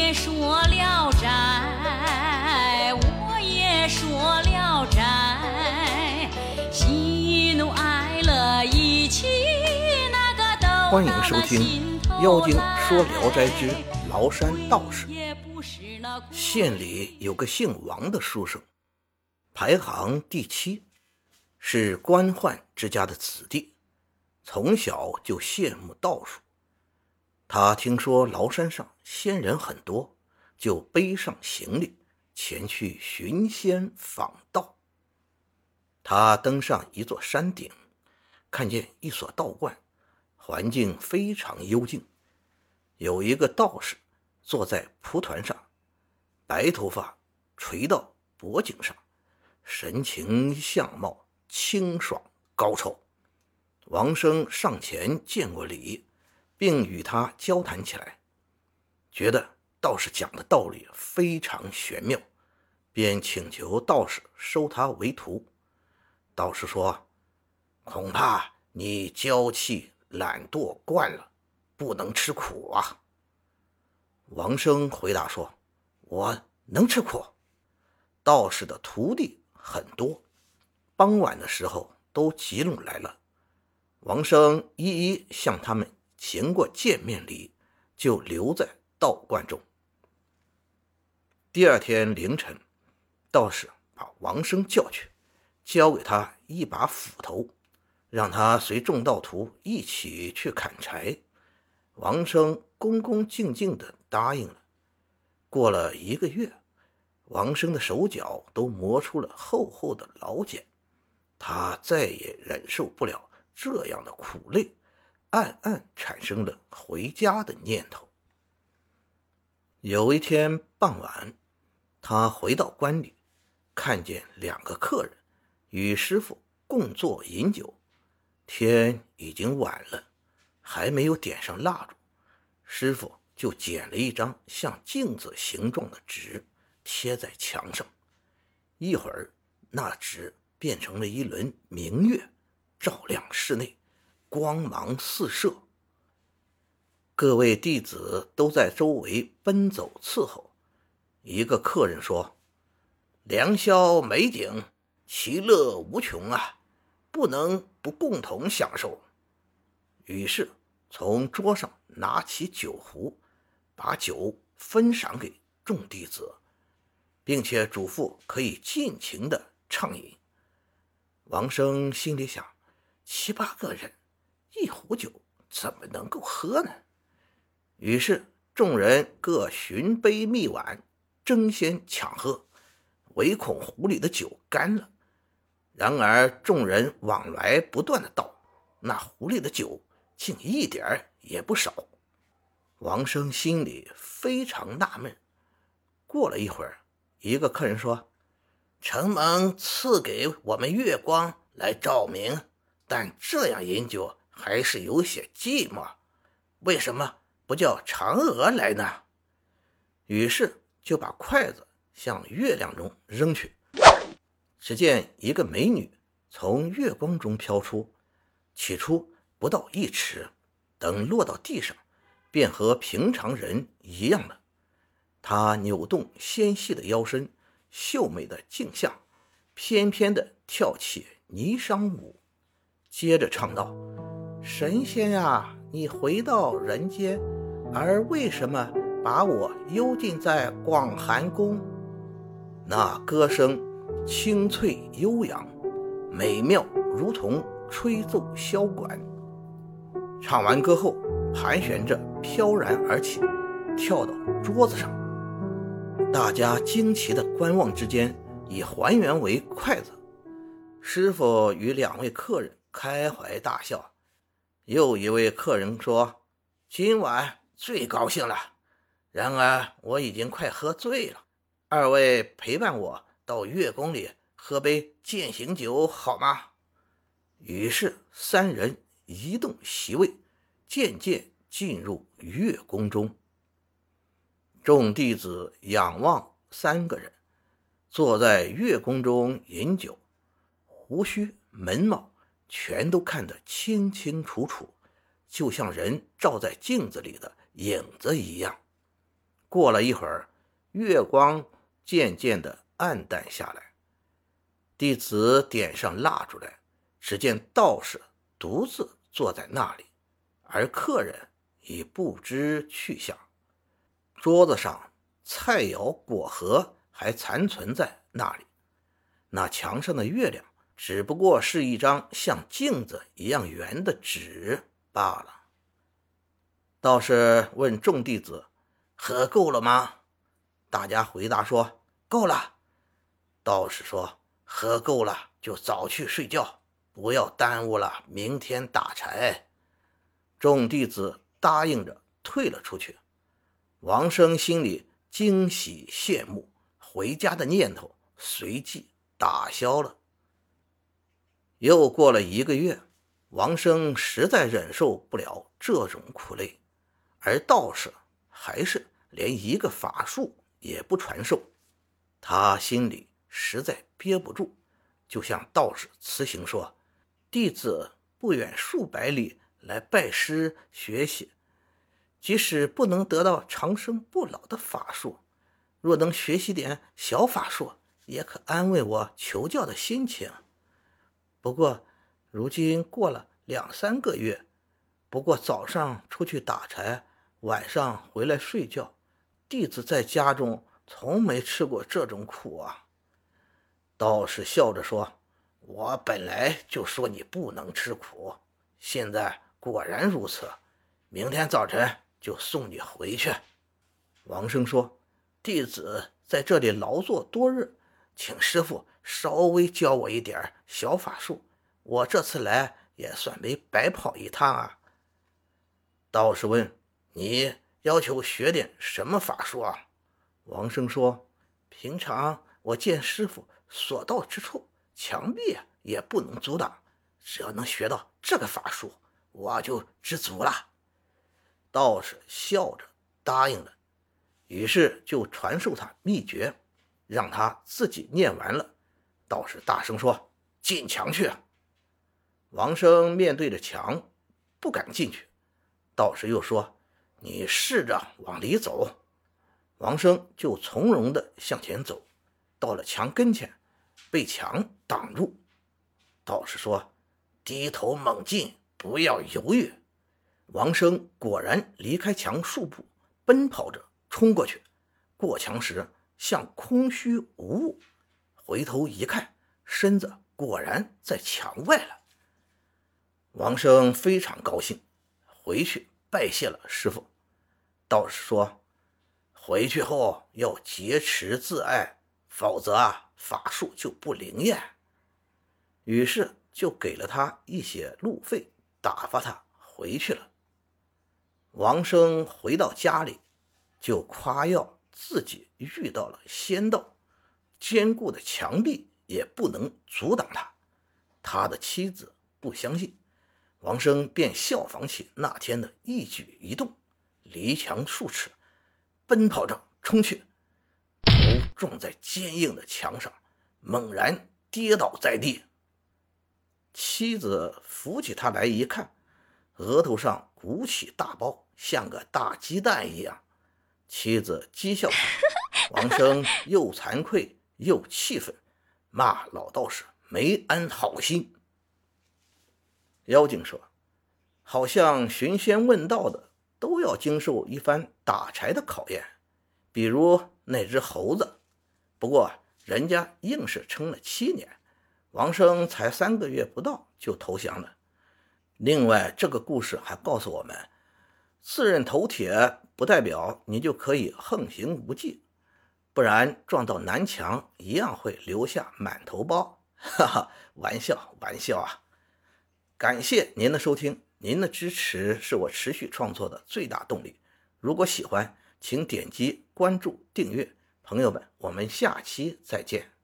也说聊斋，我也说聊斋，喜怒哀乐一起那个都欢迎收听《妖精说聊斋之崂山道士》。县里有个姓王的书生，排行第7，是官宦之家的子弟，从小就羡慕道术。他听说崂山上仙人很多，就背上行李前去寻仙访道。他登上一座山顶，看见一所道观，环境非常幽静，有一个道士坐在蒲团上，白头发垂到脖颈上，神情相貌清爽高超。王生上前见过礼，并与他交谈起来，觉得道士讲的道理非常玄妙，便请求道士收他为徒。道士说，恐怕你娇气懒惰惯了，不能吃苦啊。王生回答说，我能吃苦。道士的徒弟很多，傍晚的时候都集拢来了。王生一一向他们行过见面礼，就留在道观中。第二天凌晨，道士把王生叫去，交给他一把斧头，让他随众道徒一起去砍柴。王生恭恭敬敬地答应了。过了1个月，王生的手脚都磨出了厚厚的老茧，他再也忍受不了这样的苦累，暗暗产生了回家的念头。有一天傍晚，他回到观里，看见2个客人与师傅共坐饮酒。天已经晚了，还没有点上蜡烛，师傅就剪了一张像镜子形状的纸贴在墙上。一会儿，那纸变成了一轮明月，照亮室内，光芒四射。各位弟子都在周围奔走伺候。一个客人说，良宵美景，其乐无穷啊，不能不共同享受。于是从桌上拿起酒壶，把酒分赏给众弟子，并且嘱咐可以尽情地畅饮。王生心里想，7、8个人一壶酒怎么能够喝呢？于是众人各寻杯觅碗，争先抢喝，唯恐壶里的酒干了。然而众人往来不断的倒，那壶里的酒竟一点也不少。王生心里非常纳闷。过了一会儿，一个客人说，承蒙赐给我们月光来照明，但这样饮酒还是有些寂寞，为什么不叫嫦娥来呢？于是就把筷子向月亮中扔去。只见一个美女从月光中飘出，起初不到1尺，等落到地上，便和平常人一样了。她扭动纤细的腰身，秀美的颈项，翩翩地跳起霓裳舞，接着唱道，神仙呀，你回到人间，而为什么把我幽禁在广寒宫？那歌声清脆悠扬，美妙如同吹奏箫管。唱完歌后，盘旋着飘然而起，跳到桌子上。大家惊奇的观望之间，已还原为筷子。师傅与2位客人开怀大笑。又一位客人说，今晚最高兴了，然而我已经快喝醉了，2位陪伴我到月宫里喝杯践行酒好吗？于是3人移动席位，渐渐进入月宫中。众弟子仰望3个人坐在月宫中饮酒，胡须门帽全都看得清清楚楚，就像人照在镜子里的影子一样。 过了一会儿，月光渐渐地暗淡下来。弟子点上蜡烛来，只见道士独自坐在那里，而客人已不知去向。桌子上菜肴果盒还残存在那里，那墙上的月亮只不过是一张像镜子一样圆的纸罢了。道士问众弟子：喝够了吗？大家回答说：够了。道士说：喝够了就早去睡觉，不要耽误了明天打柴。众弟子答应着退了出去。王生心里惊喜羡慕，回家的念头随即打消了。又过了1个月，王生实在忍受不了这种苦累，而道士还是连一个法术也不传授。他心里实在憋不住，就向道士辞行说：弟子不远数百里来拜师学习，即使不能得到长生不老的法术，若能学习点小法术，也可安慰我求教的心情。不过如今过了2、3个月，不过早上出去打柴，晚上回来睡觉，弟子在家中从没吃过这种苦啊。道士笑着说：我本来就说你不能吃苦，现在果然如此，明天早晨就送你回去。王生说：弟子在这里劳作多日，请师父稍微教我一点小法术，我这次来也算没白跑一趟啊。道士问：你要求学点什么法术啊？王生说：平常我见师父所到之处，墙壁也不能阻挡，只要能学到这个法术，我就知足了。道士笑着答应了，于是就传授他秘诀，让他自己念完了。道士大声说：进墙去。王生面对着墙不敢进去，道士又说：你试着往里走。王生就从容地向前走，到了墙跟前，被墙挡住。道士说：低头猛进，不要犹豫。王生果然离开墙数步，奔跑着冲过去，过墙时像空虚无物，回头一看，身子果然在墙外了。王生非常高兴，回去拜谢了师父。道士说：回去后要节持自爱，否则法术就不灵验。于是就给了他一些路费，打发他回去了。王生回到家里，就夸耀自己遇到了仙道，坚固的墙壁也不能阻挡他。他的妻子不相信，王生便效仿起那天的一举一动，离墙数尺，奔跑着冲去，头撞在坚硬的墙上，猛然跌倒在地。妻子扶起他来一看，额头上鼓起大包，像个大鸡蛋一样。妻子讥笑他，王生又惭愧又气愤，骂老道士没安好心。妖精说：好像寻仙问道的都要经受一番打柴的考验，比如那只猴子，不过人家硬是撑了7年，王生才3个月不到就投降了。另外这个故事还告诉我们，自认头铁不代表你就可以横行无忌，不然撞到南墙一样会留下满头包。哈哈，玩笑玩笑啊！感谢您的收听，您的支持是我持续创作的最大动力。如果喜欢，请点击关注订阅。朋友们，我们下期再见。